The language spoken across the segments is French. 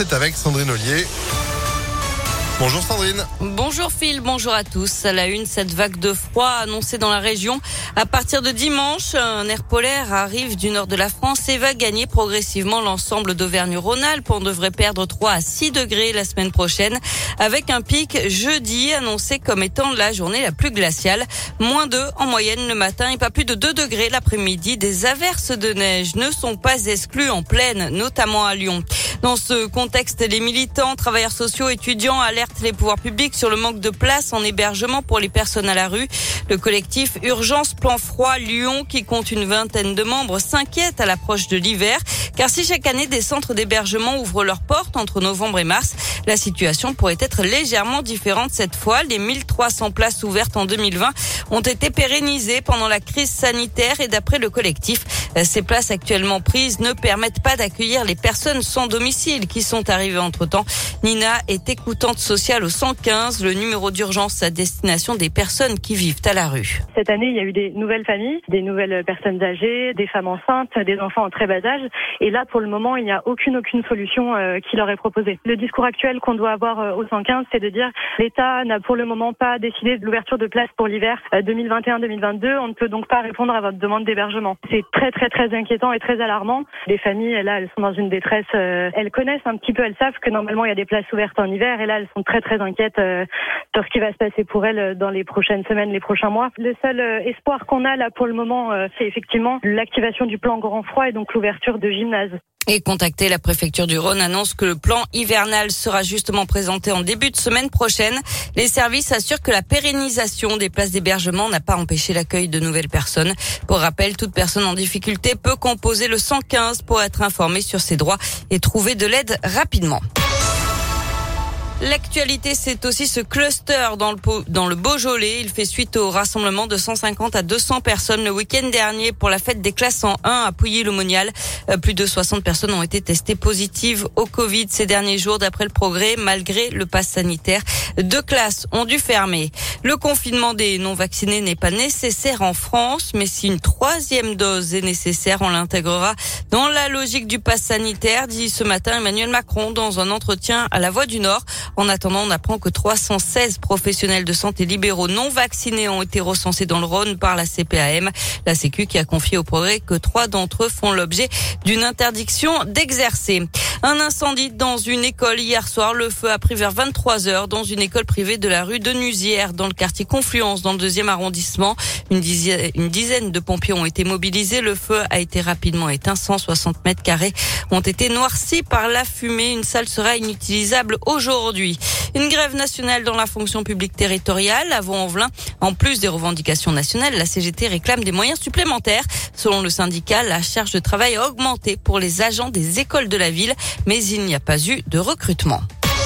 c'est avec Sandrine Ollier. Bonjour Sandrine. Bonjour Phil, bonjour à tous. À la une, cette vague de froid annoncée dans la région. À partir de dimanche, un air polaire arrive du nord de la France et va gagner progressivement l'ensemble d'Auvergne-Rhône-Alpes. On devrait perdre 3 à 6 degrés la semaine prochaine, avec un pic jeudi annoncé comme étant la journée la plus glaciale. -2 en moyenne le matin et pas plus de 2 degrés l'après-midi. Des averses de neige ne sont pas exclues en plaine, notamment à Lyon. Dans ce contexte, les militants, travailleurs sociaux, étudiants alertent les pouvoirs publics sur le manque de place en hébergement pour les personnes à la rue. Le collectif Urgence Plan Froid Lyon, qui compte une vingtaine de membres, s'inquiète à l'approche de l'hiver. Car si chaque année des centres d'hébergement ouvrent leurs portes entre novembre et mars, la situation pourrait être légèrement différente cette fois. Les 1300 places ouvertes en 2020 ont été pérennisées pendant la crise sanitaire et d'après le collectif, ces places actuellement prises ne permettent pas d'accueillir les personnes sans domicile qui sont arrivées entre-temps. Nina est écoutante sociale au 115, le numéro d'urgence à destination des personnes qui vivent à la rue. Cette année, il y a eu des nouvelles familles, des nouvelles personnes âgées, des femmes enceintes, des enfants en très bas âge. Et là, pour le moment, il n'y a aucune solution qui leur est proposée. Le discours actuel qu'on doit avoir au 115, c'est de dire l'État n'a pour le moment pas décidé de l'ouverture de places pour l'hiver 2021-2022. On ne peut donc pas répondre à votre demande d'hébergement. C'est très inquiétant et très alarmant. Les familles, là, elles sont dans une détresse. Elles connaissent un petit peu, elles savent que normalement il y a des places ouvertes en hiver. Et là, elles sont très inquiètes sur ce qui va se passer pour elles dans les prochaines semaines, les prochains mois. Le seul espoir qu'on a là pour le moment, c'est effectivement l'activation du plan grand froid et donc l'ouverture de gymnases. Et contacté, la préfecture du Rhône annonce que le plan hivernal sera justement présenté en début de semaine prochaine. Les services assurent que la pérennisation des places d'hébergement n'a pas empêché l'accueil de nouvelles personnes. Pour rappel, toute personne en difficulté peut composer le 115 pour être informée sur ses droits et trouver de l'aide rapidement. L'actualité, c'est aussi ce cluster dans le Beaujolais. Il fait suite au rassemblement de 150 à 200 personnes le week-end dernier pour la fête des classes en 1 à Pouilly-le-Monial. Plus de 60 personnes ont été testées positives au Covid ces derniers jours d'après le Progrès. Malgré le pass sanitaire, 2 classes ont dû fermer. Le confinement des non-vaccinés n'est pas nécessaire en France, mais si une 3e dose est nécessaire, on l'intégrera dans la logique du pass sanitaire, dit ce matin Emmanuel Macron dans un entretien à La Voix du Nord. En attendant, on apprend que 316 professionnels de santé libéraux non vaccinés ont été recensés dans le Rhône par la CPAM. La Sécu qui a confié au Progrès que 3 d'entre eux font l'objet d'une interdiction d'exercer. Un incendie dans une école hier soir. Le feu a pris vers 23h dans une école privée de la rue de Nusière, dans le quartier Confluence, dans le 2e arrondissement. Une dizaine de pompiers ont été mobilisés. Le feu a été rapidement éteint. 160 mètres carrés ont été noircis par la fumée. Une salle sera inutilisable aujourd'hui. Une grève nationale dans la fonction publique territoriale à Vaux-en-Velin. En plus des revendications nationales, la CGT réclame des moyens supplémentaires. Selon le syndicat, la charge de travail a augmenté pour les agents des écoles de la ville, mais il n'y a pas eu de recrutement.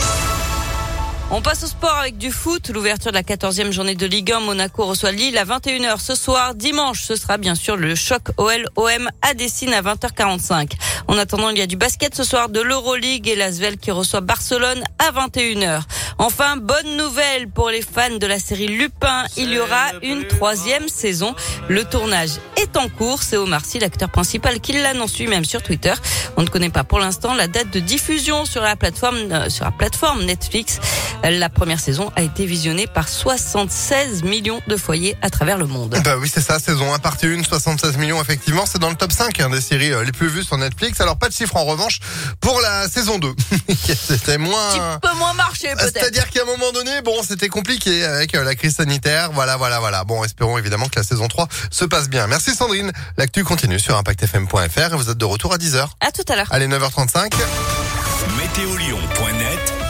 On passe au sport avec du foot. L'ouverture de la 14e journée de Ligue 1. Monaco reçoit Lille à 21h ce soir. Dimanche, ce sera bien sûr le choc OL-OM à Dessine à 20h45. En attendant, il y a du basket ce soir de l'Euroleague et l'Asvel qui reçoit Barcelone à 21h. Enfin, bonne nouvelle pour les fans de la série Lupin. Il y aura une 3e saison. Le tournage est en cours. C'est Omar Sy, l'acteur principal, qui l'annonce lui-même sur Twitter. On ne connaît pas pour l'instant la date de diffusion sur la plateforme Netflix. La première saison a été visionnée par 76 millions de foyers à travers le monde. Bah oui, c'est ça, saison 1, partie 1, 76 millions, effectivement. C'est dans le top 5 des séries les plus vues sur Netflix. Alors, pas de chiffre en revanche pour la saison 2. C'était moins... Un petit peu moins marché, peut-être. C'est-à-dire qu'à un moment donné, c'était compliqué avec la crise sanitaire. Voilà. Bon, espérons évidemment que la saison 3 se passe bien. Merci Sandrine. L'actu continue sur ImpactFM.fr et vous êtes de retour à 10h. À tout à l'heure. Allez, 9h35. Météolion.net